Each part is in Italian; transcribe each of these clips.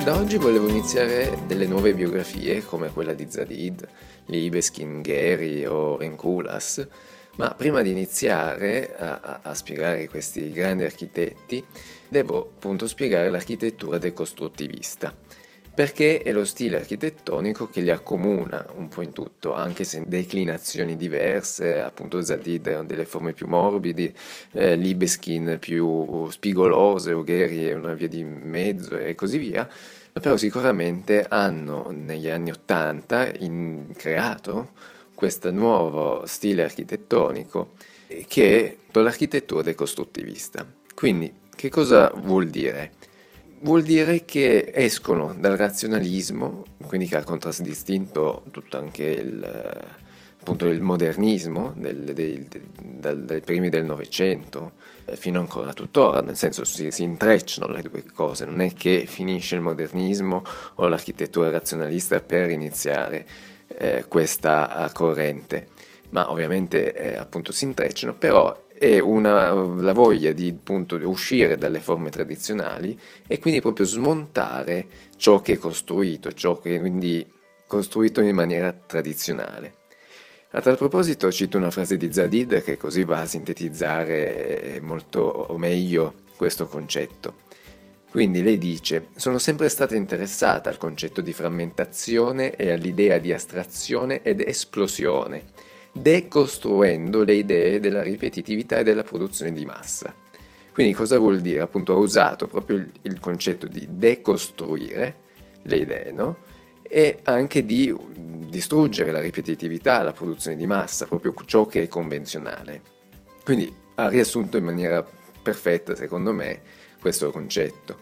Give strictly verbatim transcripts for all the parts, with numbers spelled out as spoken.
Da oggi volevo iniziare delle nuove biografie come quella di Zadid, Libeskind, Gehry o Renkulas, ma prima di iniziare a, a- a spiegare questi grandi architetti devo appunto spiegare l'architettura decostruttivista, perché è lo stile architettonico che li accomuna un po' in tutto, anche se in declinazioni diverse. Appunto Zadid ha delle forme più morbidi, eh, Libeskind più spigolose, o Gehry è una via di mezzo e così via. Però sicuramente hanno negli anni Ottanta in- creato questo nuovo stile architettonico eh, che è l'architettura decostruttivista. Quindi, che cosa vuol dire? Vuol dire che escono dal razionalismo, quindi che ha contraddistinto tutto anche il, eh, appunto il modernismo del- dei- de- dal- dai primi del Novecento eh, fino ancora tuttora, nel senso si, si intrecciano le due cose, non è che finisce il modernismo o l'architettura razionalista per iniziare eh, questa eh, corrente, ma ovviamente eh, appunto si intrecciano, però è una, la voglia di appunto uscire dalle forme tradizionali e quindi proprio smontare ciò che è costruito, ciò che quindi costruito in maniera tradizionale. A tal proposito cito una frase di Zadid che così va a sintetizzare molto meglio questo concetto. Quindi lei dice: sono sempre stata interessata al concetto di frammentazione e all'idea di astrazione ed esplosione, decostruendo le idee della ripetitività e della produzione di massa. Quindi cosa vuol dire? Appunto ha usato proprio il, il concetto di decostruire le idee, no? E anche di distruggere la ripetitività, la produzione di massa, proprio ciò che è convenzionale. Quindi ha riassunto in maniera perfetta, secondo me, questo concetto.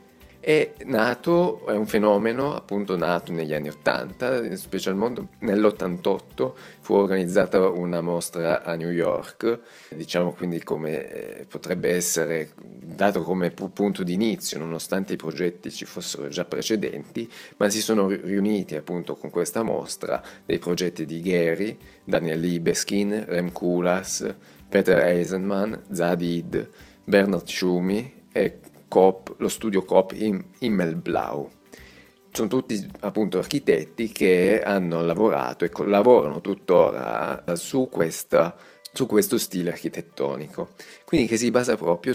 È nato, è un fenomeno appunto nato negli anni ottanta, specialmente nell'ottantotto fu organizzata una mostra a New York, diciamo quindi come eh, potrebbe essere dato come pu- punto di inizio, nonostante i progetti ci fossero già precedenti, ma si sono ri- riuniti appunto con questa mostra dei progetti di Gehry, Daniel Libeskind, Rem Koolhaas, Peter Eisenman, Zadid, Bernard Tschumi e Koop, lo studio Koop in Himmelblau. Sono tutti appunto architetti che hanno lavorato e lavorano tuttora su, questa, su questo stile architettonico. Quindi che si basa proprio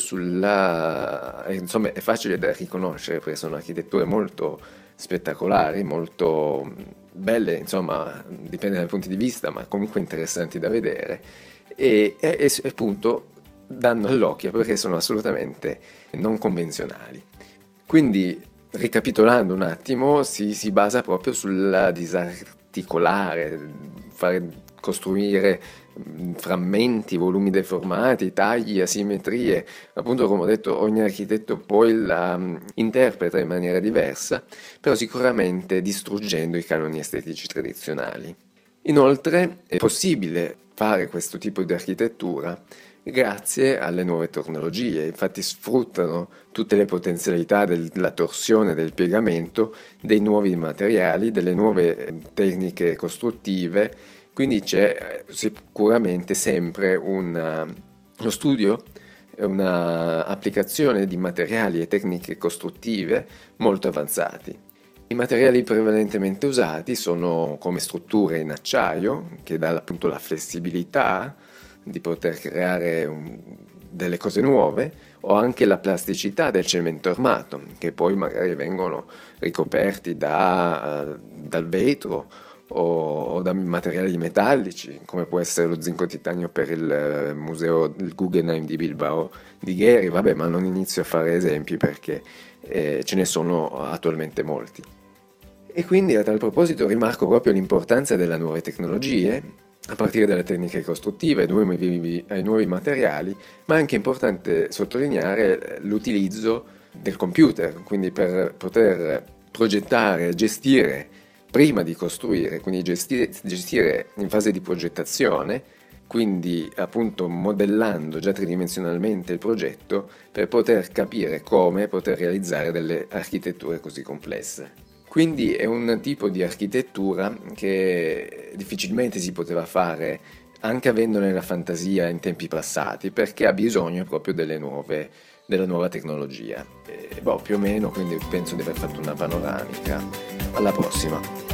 sulla... insomma è facile da riconoscere perché sono architetture molto spettacolari, molto belle, insomma dipende dai punti di vista, ma comunque interessanti da vedere e, e, e appunto danno all'occhio perché sono assolutamente non convenzionali. Quindi, ricapitolando un attimo, si, si basa proprio sul disarticolare, fare, costruire mh, frammenti, volumi deformati, tagli, asimmetrie. Appunto, come ho detto, ogni architetto poi la mh, interpreta in maniera diversa, però sicuramente distruggendo i canoni estetici tradizionali. Inoltre è possibile fare questo tipo di architettura grazie alle nuove tecnologie, infatti sfruttano tutte le potenzialità della torsione, del piegamento, dei nuovi materiali, delle nuove eh, tecniche costruttive, quindi c'è eh, sicuramente sempre una- uno studio e una applicazione di materiali e tecniche costruttive molto avanzati. I materiali prevalentemente usati sono come strutture in acciaio, che dà appunto la flessibilità di poter creare un- delle cose nuove, o anche la plasticità del cemento armato, che poi magari vengono ricoperti da, eh, dal vetro o, o da materiali metallici, come può essere lo zinco titanio per il eh, museo del Guggenheim di Bilbao di Gehry. Vabbè, ma non inizio a fare esempi perché eh, ce ne sono attualmente molti. E quindi a tal proposito rimarco proprio l'importanza delle nuove tecnologie, a partire dalle tecniche costruttive, ai nuovi, ai nuovi materiali, ma è anche importante sottolineare l'utilizzo del computer, quindi per poter progettare, gestire prima di costruire, quindi gestire, gestire in fase di progettazione, quindi appunto modellando già tridimensionalmente il progetto per poter capire come poter realizzare delle architetture così complesse. Quindi è un tipo di architettura che difficilmente si poteva fare anche avendone la fantasia in tempi passati, perché ha bisogno proprio delle nuove, della nuova tecnologia. E, boh, più o meno, quindi penso di aver fatto una panoramica. Alla prossima!